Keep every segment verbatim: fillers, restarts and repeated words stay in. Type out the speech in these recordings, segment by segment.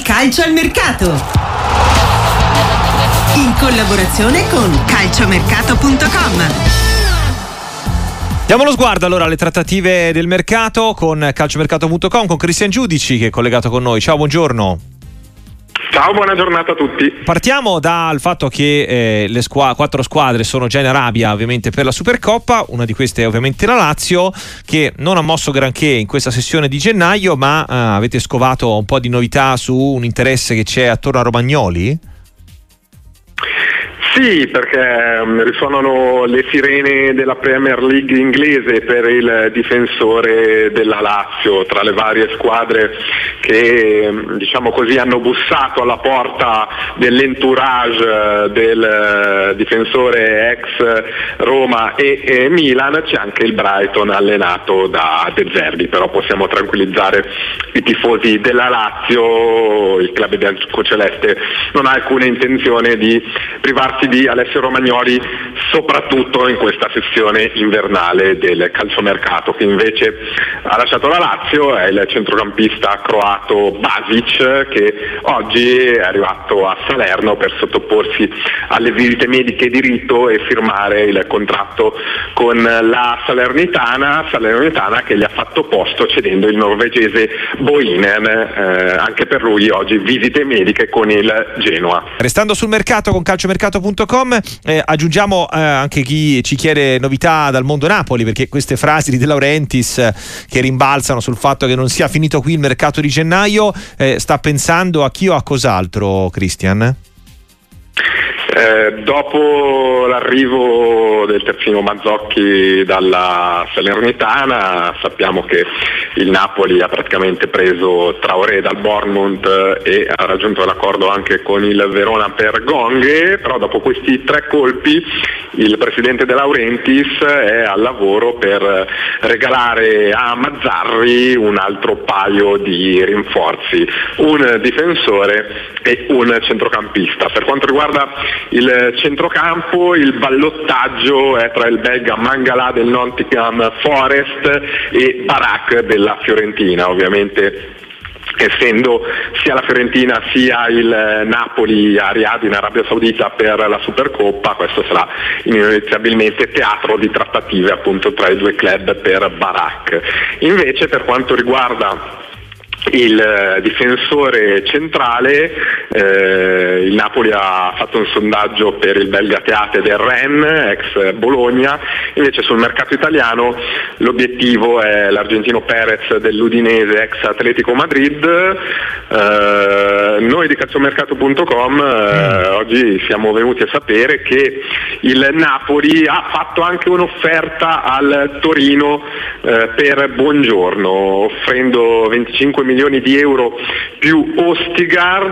Calcio al mercato, in collaborazione con calciomercato punto com. Diamo uno sguardo allora alle trattative del mercato con calciomercato punto com, con Cristian Giudici che è collegato con noi. Ciao, buongiorno. Ciao, buona giornata a tutti. Partiamo dal fatto che eh, le squa- quattro squadre sono già in Arabia ovviamente per la Supercoppa. Una di queste è ovviamente la Lazio, che non ha mosso granché in questa sessione di gennaio, ma eh, avete scovato un po' di novità su un interesse che c'è attorno a Romagnoli? Sì, perché um, risuonano le sirene della Premier League inglese per il difensore della Lazio, tra le varie squadre che um, diciamo così hanno bussato alla porta dell'entourage del uh, difensore ex Roma e, e Milan. C'è anche il Brighton allenato da De Zerbi, però possiamo tranquillizzare i tifosi della Lazio, il club biancoceleste non ha alcuna intenzione di privarsi di Alessio Romagnoli, soprattutto in questa sessione invernale del calciomercato. Che invece ha lasciato la Lazio è il centrocampista croato Basic, che oggi è arrivato a Salerno per sottoporsi alle visite mediche di rito e firmare il contratto con la Salernitana, Salernitana che gli ha fatto posto cedendo il norvegese Bohinen, eh, anche per lui oggi visite mediche con il Genoa. Restando sul mercato con calciomercato punto com, eh, aggiungiamo eh, anche chi ci chiede novità dal mondo Napoli, perché queste frasi di De Laurentiis eh, che rimbalzano sul fatto che non sia finito qui il mercato di gennaio, eh, sta pensando a chi o a cos'altro, Cristian? Eh, dopo l'arrivo del terzino Mazzocchi dalla Salernitana, sappiamo che il Napoli ha praticamente preso Traoré dal Bournemouth e ha raggiunto l'accordo anche con il Verona per Gonghe, però dopo questi tre colpi il presidente De Laurentiis è al lavoro per regalare a Mazzarri un altro paio di rinforzi, un difensore e un centrocampista. Per quanto riguarda il centrocampo, il ballottaggio è tra il belga Mangala del Nottingham Forest e Barak della Fiorentina. Ovviamente, essendo sia la Fiorentina sia il Napoli a Riyadh in Arabia Saudita per la Supercoppa, questo sarà inevitabilmente teatro di trattative appunto tra i due club per Barak. Invece, per quanto riguarda il difensore centrale, eh, il Napoli ha fatto un sondaggio per il belga Teate del Rennes, ex Bologna. Invece sul mercato italiano l'obiettivo è l'argentino Perez dell'Udinese, ex Atletico Madrid. Eh, noi di calciomercato punto com eh, oggi siamo venuti a sapere che il Napoli ha fatto anche un'offerta al Torino eh, per Buongiorno, offrendo venticinque milioni di euro più Ostigard,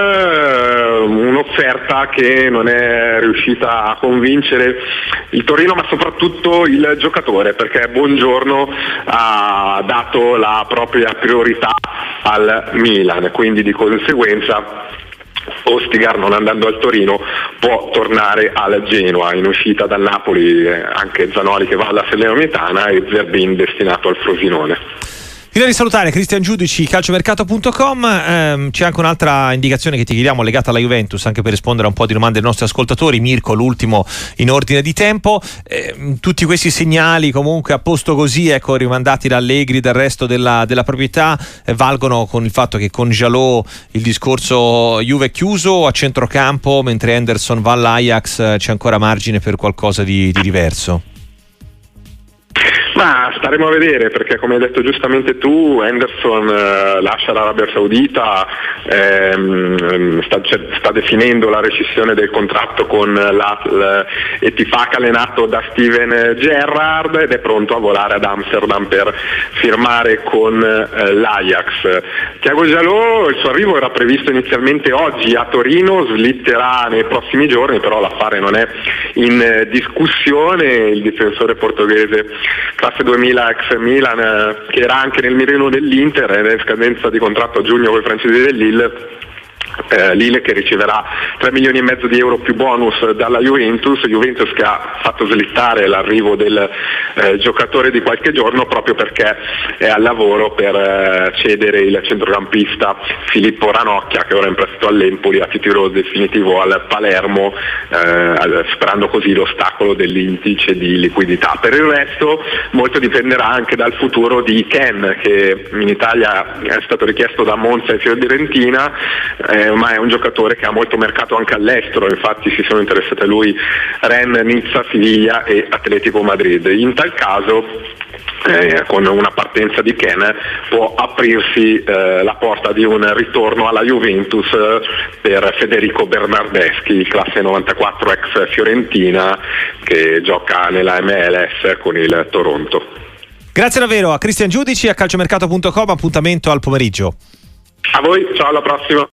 un'offerta che non è riuscita a convincere il Torino, ma soprattutto il giocatore, perché Buongiorno ha dato la propria priorità al Milan, quindi di conseguenza Ostigar, non andando al Torino, può tornare al Genoa. In uscita dal Napoli anche Zanoli che va alla Salernitana e Zerbin destinato al Frosinone. Prima di salutare Cristian Giudici, calciomercato punto com, ehm, c'è anche un'altra indicazione che ti chiediamo legata alla Juventus, anche per rispondere a un po' di domande dei nostri ascoltatori. Mirko, l'ultimo in ordine di tempo. Eh, tutti questi segnali comunque a posto così, ecco, rimandati da Allegri, dal resto della, della proprietà, eh, valgono con il fatto che con Jalot il discorso Juve è chiuso a centrocampo, mentre Henderson va all'Ajax, c'è ancora margine per qualcosa di, di diverso? Ma staremo a vedere, perché come hai detto giustamente tu, Henderson eh, lascia l'Arabia Saudita, ehm, sta, cioè, sta definendo la rescissione del contratto con l'Al Ettifaq allenato da Steven Gerrard ed è pronto a volare ad Amsterdam per firmare con eh, l'Ajax. Thiago Jalot, il suo arrivo era previsto inizialmente oggi a Torino, slitterà nei prossimi giorni, però l'affare non è in eh, discussione. Il difensore portoghese classe duemila ex Milan, eh, che era anche nel mirino dell'Inter ed è in scadenza di contratto a giugno con i francesi del Lille, Eh, Lille che riceverà tre milioni e mezzo di euro più bonus dalla Juventus, Juventus che ha fatto slittare l'arrivo del eh, giocatore di qualche giorno proprio perché è al lavoro per eh, cedere il centrocampista Filippo Ranocchia, che ora è in prestito all'Empoli, a titolo definitivo al Palermo, eh, sperando così l'ostacolo dell'indice di liquidità. Per il resto molto dipenderà anche dal futuro di Ken, che in Italia è stato richiesto da Monza e Fiorentina, eh, ma è un giocatore che ha molto mercato anche all'estero, infatti si sono interessate a lui Rennes, Nizza, Siviglia e Atletico Madrid. In tal caso Eh, con una partenza di Ken può aprirsi eh, la porta di un ritorno alla Juventus eh, per Federico Bernardeschi, classe novantaquattro ex Fiorentina, che gioca nella M L S con il Toronto. Grazie davvero a Christian Giudici, a calciomercato punto com, appuntamento al pomeriggio. A voi, ciao, alla prossima.